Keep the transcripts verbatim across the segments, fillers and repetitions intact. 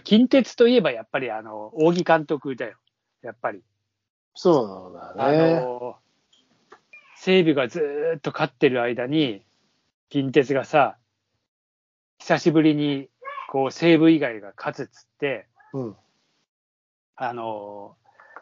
近鉄といえばやっぱりあの仰木監督だよ、やっぱり。 そうだね。 あの西武がずーっと勝ってる間に、近鉄がさ、久しぶりにこう西武以外が勝つっつって、 うん、 あの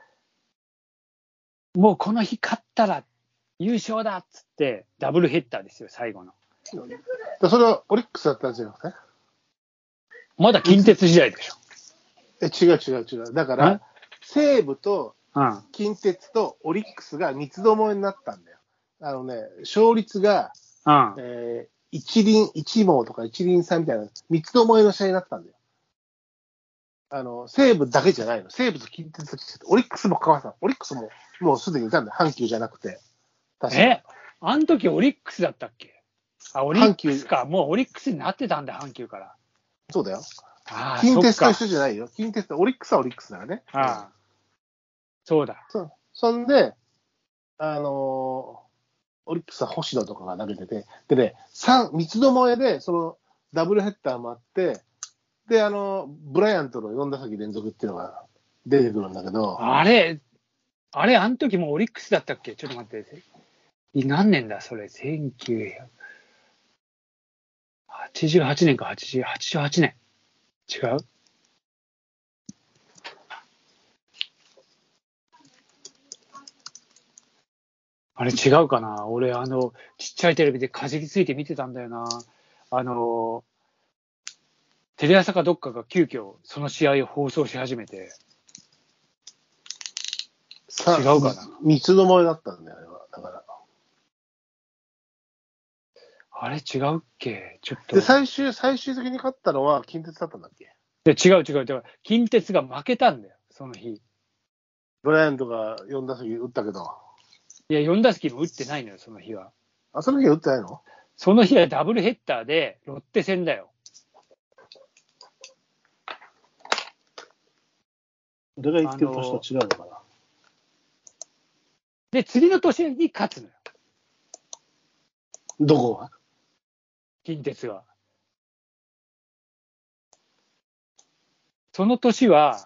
もうこの日勝ったら優勝だっつって、ダブルヘッダーですよ、最後の。 でそれはオリックスだったんじゃなくて、 まだ近鉄時代でしょ。 え、違う違う違う。だから、西武と近鉄とオリックスが三つどもえになったんだよ。あのね、勝率が、 うんえー、一輪一毛とか一輪差みたいな三つどもえの試合になったんだよ。あの、西武だけじゃないの。西武と近鉄とオリックスも川さん。オリックスももうすでにいたんだよ。阪急じゃなくて。 確かえあの時オリックスだったっけ？あ、オリックスか。もうオリックスになってたんだ、阪急から。 そうだよ。 あ近鉄と一緒じゃないよ。近鉄とオリックスはオリックスだからね。 ああ、そうだ。 そ, そんで、あのー、オリックスは星野とかが投げてて、でね、三、三つどもえで、その、ダブルヘッダーもあって、で、あの、ブライアントのよん打席連続っていうのが出てくるんだけど。 あれ、あれ、あの時もオリックスだったっけ？ちょっと待って。何年だ、それ。せんきゅうひゃくはちじゅうはちねんか、はちじゅうはちねん。違う？あれ違うかな。俺、あの、ちっちゃいテレビでかじりついて見てたんだよな。あの、テレ朝かどっかが急遽その試合を放送し始めて。違うかな。 三つどもえだったんだよ、だから。 あれ違うっけ？ちょっと。 で、最終、最終的に勝ったのは近鉄だったんだっけ？ で違う違う違う。近鉄が負けたんだよ、その日。 ブライアントがよん打席打ったけど。 いや、よん打席も打ってないのよ、その日は。 あ、その日は打ってないの？ その日はダブルヘッダーでロッテ戦だよ。 俺が言ってる年と違うのかな。 で、次の年に勝つのよ。 どこが？ 近鉄は。その年は、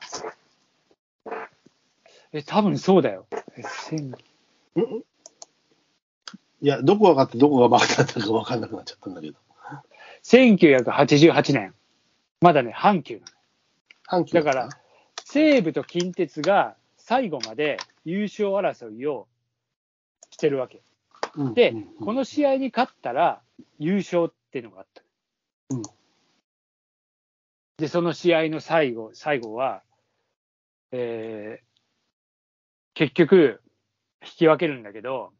え、多分そうだよ。え、千んいや、どこが勝ってどこが負けたんだか分かんなくなっちゃったんだけど。 せんきゅうひゃくはちじゅうはちねん。まだね、阪急なの。 阪急だだから、西武と近鉄が最後まで優勝争いをしてるわけ。うん、で、うんうん、この試合に勝ったら優勝っていうのがあった。うん、で、その試合の最後、最後は、えー、結局、引き分けるんだけど、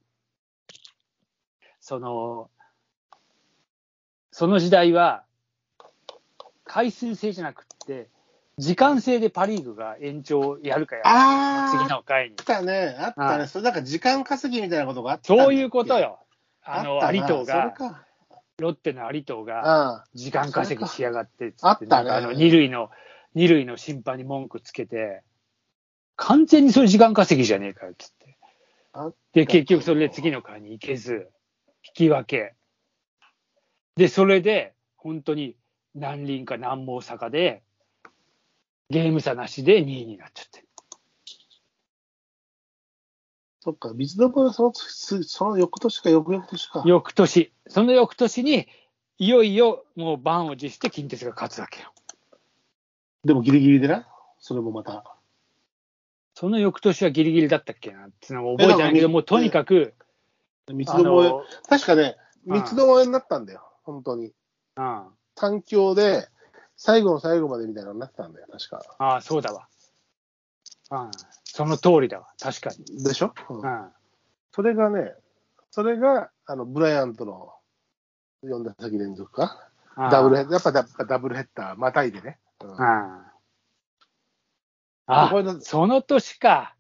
その、その時代は、回数制じゃなくて、時間制でパ・リーグが延長やるかやるか、次の回に。 あったね、あったね。それなんか時間稼ぎみたいなことがあったんそういうことよ。あの、 あ有藤が、ロッテの有藤が、時間稼ぎしやがってっつって、 あったね。 あの、二塁の、二塁の審判に文句つけて、完全にそういう時間稼ぎじゃねえかよ、つって。で、結局それで次の回に行けず、引き分け。で、それで、本当に何輪か何毛差かで、ゲーム差なしでにいになっちゃって。 そっか、三つどもえはその、その翌年か翌々年か。 翌年。その翌年に、いよいよもう満を持して近鉄が勝つわけよ。 でもギリギリでな、それもまた。 その翌年はギリギリだったっけなってのも覚えてないけど、もうとにかく。 三つどもえ、確かね、三つどもえになったんだよ、本当に。うん。単強で、最後の最後までみたいなのになってたんだよ、確か。 ああ、そうだわ。うん。その通りだわ、確かに。 でしょ？うん。うん、それがね、それが、あの、ブライアントのよん打席連続か。ダブルヘッダー、やっぱ ダ, ダブルヘッダー、またいでね。うん、 ああ、その年か。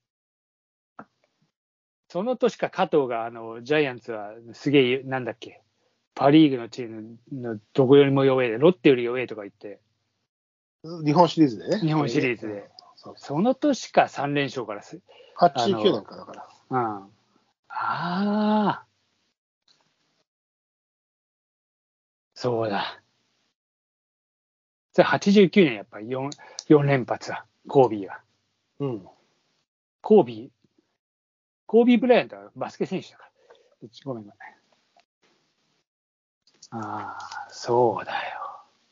その年か、加藤が、あの、ジャイアンツはすげえ、なんだっけ、パ・リーグのチームのどこよりも弱いで、ロッテより弱いとか言って。 日本シリーズでね。 日本シリーズで。うん、そうその年か、さん連勝からす。 はちじゅうきゅうねんかだから。 うん。ああ。そうだ。 それはちじゅうきゅうねんやっぱり 4, 4連発は、コービーが。 うん。 コービー、コービー・ブライアントはバスケ選手だから。ごめんごめん。ああ、そうだよ。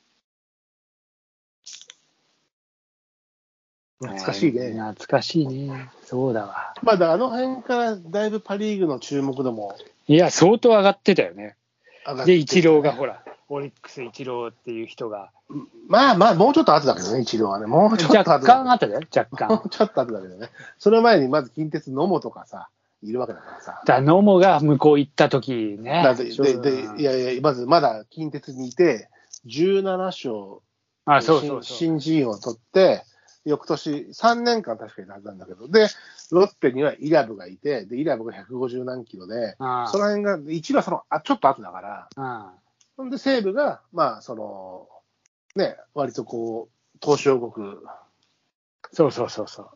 懐かしいね。 えー懐かしいね。そうだわ。 まあ、だあの辺からだいぶパ・リーグの注目度もいや、相当上がってたよね。で、 上がってきたねイチローがほら、オリックスイチローっていう人が。 まあまあ、もうちょっと後だけどね、イチローはね。もうちょっと後だ若干あったよ、若干。 もうちょっと後だけどね。その前にまず近鉄野茂とかさ、いるわけだからさ。 だ野茂が向こう行った時ね。 だってででいやいや、まずまだ近鉄にいて、じゅうなな勝、 あ、そうそうそう。 新人王を取って、翌年さんねんかん確かになったんだけど、で、ロッテにはイラブがいて、で、イラブがひゃくごじゅう何キロで、 ああその辺が、いちはそのあちょっと後だから、 あほんで西武が、まあ、その、ね、割とこう、東証国。 そうそうそうそう。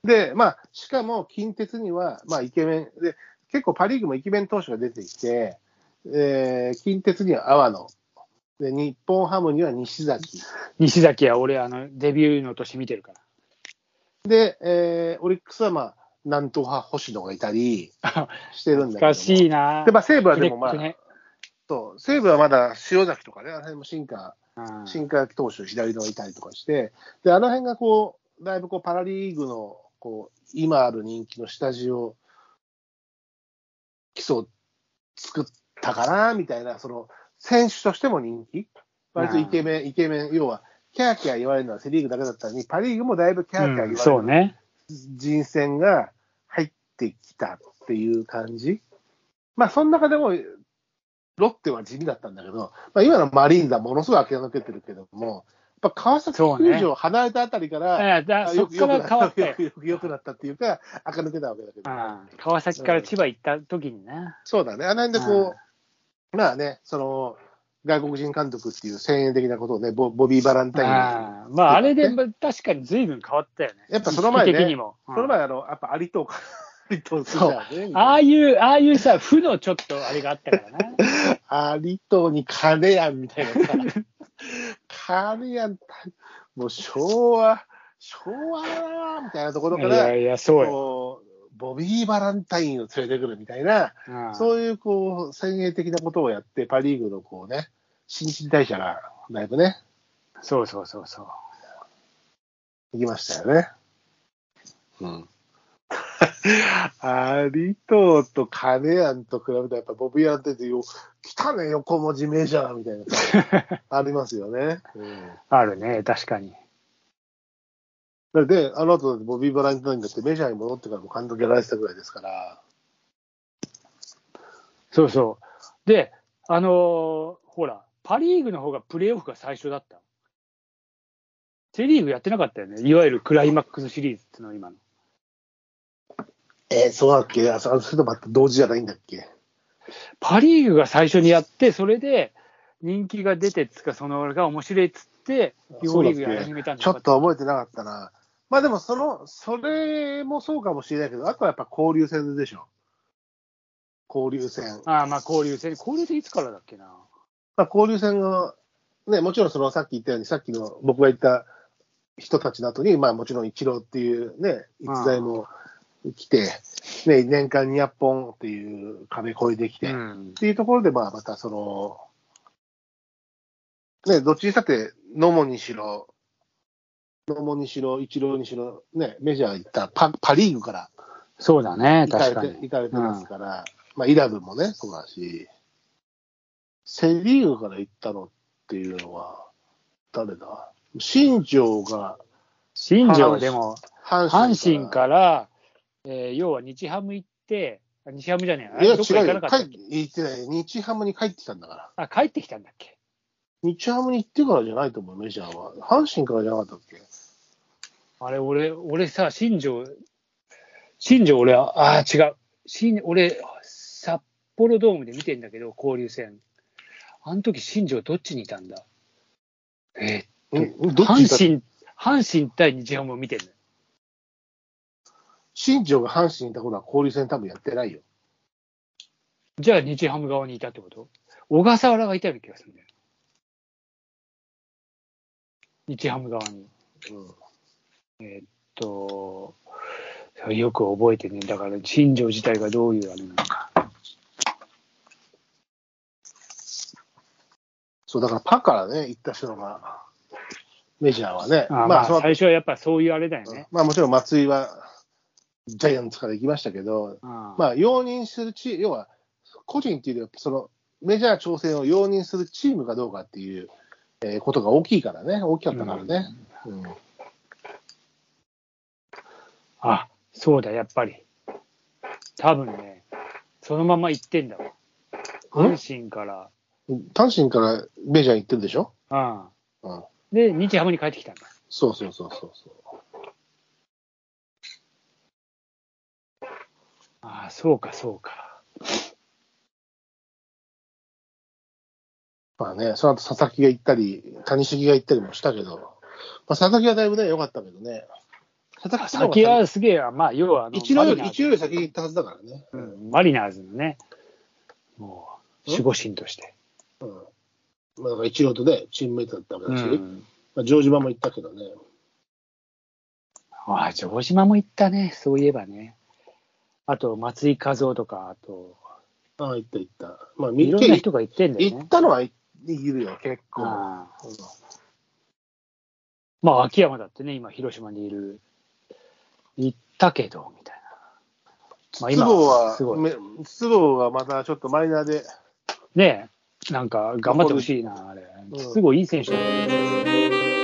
で、まあ、しかも近鉄には、まあ、イケメン、で、結構パ・リーグもイケメン投手が出てきて、えー、近鉄には阿波野、で、日本ハムには西崎。 西崎は俺、あの、デビューの年見てるから。 で、えー、オリックスはまあ、なんとか星野がいたりしてるんだけども。 難しいな。 で、まあ、西武はでもまあ、 くねくねそう、西武はまだ塩崎とかね、あの辺も進化、 うん進化投手、左のいたりとかして、で、あの辺がこう、だいぶこう、パラリーグの、こう、今ある人気の下地を、基礎を作ったかな、みたいな、その、選手としても人気割とイケメン、イケメン、要は、キャーキャー言われるのはセリーグだけだったのに、パリーグもだいぶキャーキャー言われる、 うん、そうね。 人選が入ってきたっていう感じ。まあ、その中でも、ロッテは地味だったんだけど、まあ、今のマリーンズはものすごい諦めてるけども、やっぱ川崎球場離れたあたりから、 ね、だそっから変わったよ。 よくよくなったっていうか、垢抜けたわけだけど、 ああ川崎から千葉行った時にな、 うん。そうだね。あの辺でこう、まあね、その、外国人監督っていう先鋭的なことをね、ボボビー・バランタインに。 あまあ、あれで確かに随分変わったよね。 やっぱその前ね、 的にもうん、その前あの、やっぱアリトーか。 そう。ああいう、ああいうさ、負のちょっとあれがあったからな。 アリトに金やんみたいなさ。金やん、もう昭和、昭和だなみたいなところから、 いやいや、そうよ。 ボビー・バランタインを連れてくるみたいな、うん、そういうこう、先鋭的なことをやって、パ・リーグのこうね、新陳代謝がだいぶね。 そうそうそうそう。 行きましたよね。うん。アリトーとカネアンと比べたら、やっぱボビー・バランタインってよ、来たね、横文字メジャーみたいなありますよね、 うん。あるね、確かに。 で、あの後、ボビー・バランタインだってメジャーに戻ってからも監督やられてたぐらいですから。 そうそう。で、あのー、ほら、パ・リーグの方がプレーオフが最初だった。セ・リーグやってなかったよね。いわゆるクライマックスシリーズっていうの今の。 えー、そうだっけ？あ、それとまた同時じゃないんだっけ？ パ・リーグが最初にやって、それで人気が出てつか、そのが面白いっつって、両リーグやり始めたんだ。 ちょっと覚えてなかったな。まあでも、その、それもそうかもしれないけど、あとはやっぱ交流戦でしょ。交流戦。 ああ、まあ交流戦。交流戦いつからだっけな。 まあ交流戦が、ね、もちろんそのさっき言ったように、さっきの僕が言った人たちの後に、まあもちろんイチローっていうね、逸材も来て、ね、年間にひゃっぽんっていう壁越えてきて、うん、っていうところで、まあまたその、ね、どっちにしたって、野茂にしろ、野茂にしろ、イチローにしろ、ね、メジャー行ったパ、パリーグから、 そうだね、確かに。 行かれてますから、うん、まあ、イラブもね、そうだし、セリーグから行ったのっていうのは、誰だ新庄が、 新庄はでも、阪神から、阪神からえー、要は日ハム行って、日ハムじゃねえ、 いや、違うよ、行ってない。日ハムに帰ってきたんだから。 あ、帰ってきたんだっけ？ 日ハムに行ってからじゃないと思う、メジャーは。阪神からじゃなかったっけ？ あれ、俺、俺さ、新庄、新庄、俺は、ああ、違う。新、俺、札幌ドームで見てんだけど、交流戦。あの時、新庄どっちにいたんだ？えー、っと、阪神、阪神対日ハムを見てんの。 新庄が阪神にいた頃は交流戦多分やってないよ。 じゃあ、日ハム側にいたってこと？小笠原がいたような気がするんだよ。 日ハム側に。 うん、 えーっと、よく覚えてね、だから新庄自体がどういうあれなのか。 そう、だからパからね、行った人が、メジャーはね。 あまあ、最初はやっぱそういうあれだよね。 まあもちろん松井はジャイアンツから行きましたけど、 あまあ容認するチーム、要は個人っていうよりは、そのメジャー挑戦を容認するチームかどうかっていう、えーことが大きいからね、大きかったからね。うんうん、 あ、そうだ、やっぱり。多分ね、そのまま行ってんだわ。阪神から。 阪神からメジャー行ってるでしょ。 ああ、 うん、 で、日ハムに帰ってきたんだ。 そうそうそうそうそう。 ああ、そうか、そうか。 まあね、その後佐々木が行ったり、谷繁が行ったりもしたけど、まあ、佐々木はだいぶね、良かったけどね。 佐々木はすげえ、まあ、要はあの、 一応より、一応より先に行ったはずだからね。 うん、マリナーズのね、もう、守護神として。 うん。まあ、だから一郎とね、チームメイトだったわけだし、うん、まあ、城島も行ったけどね。 ああ、城島も行ったね、そういえばね。あと、松井一夫とか、あと、 ああ、行った行った。まあ、 いろんな人が行ってんだよね。 行ったのはいるよ、結構。ああ、うん、 まあ、秋山だってね、今、広島にいる。行ったけど、みたいな。 まあ、今筒香は、筒香はまたちょっとマイナーで。 ねえ、なんか頑張ってほしいな、あれ。筒香いい選手だね。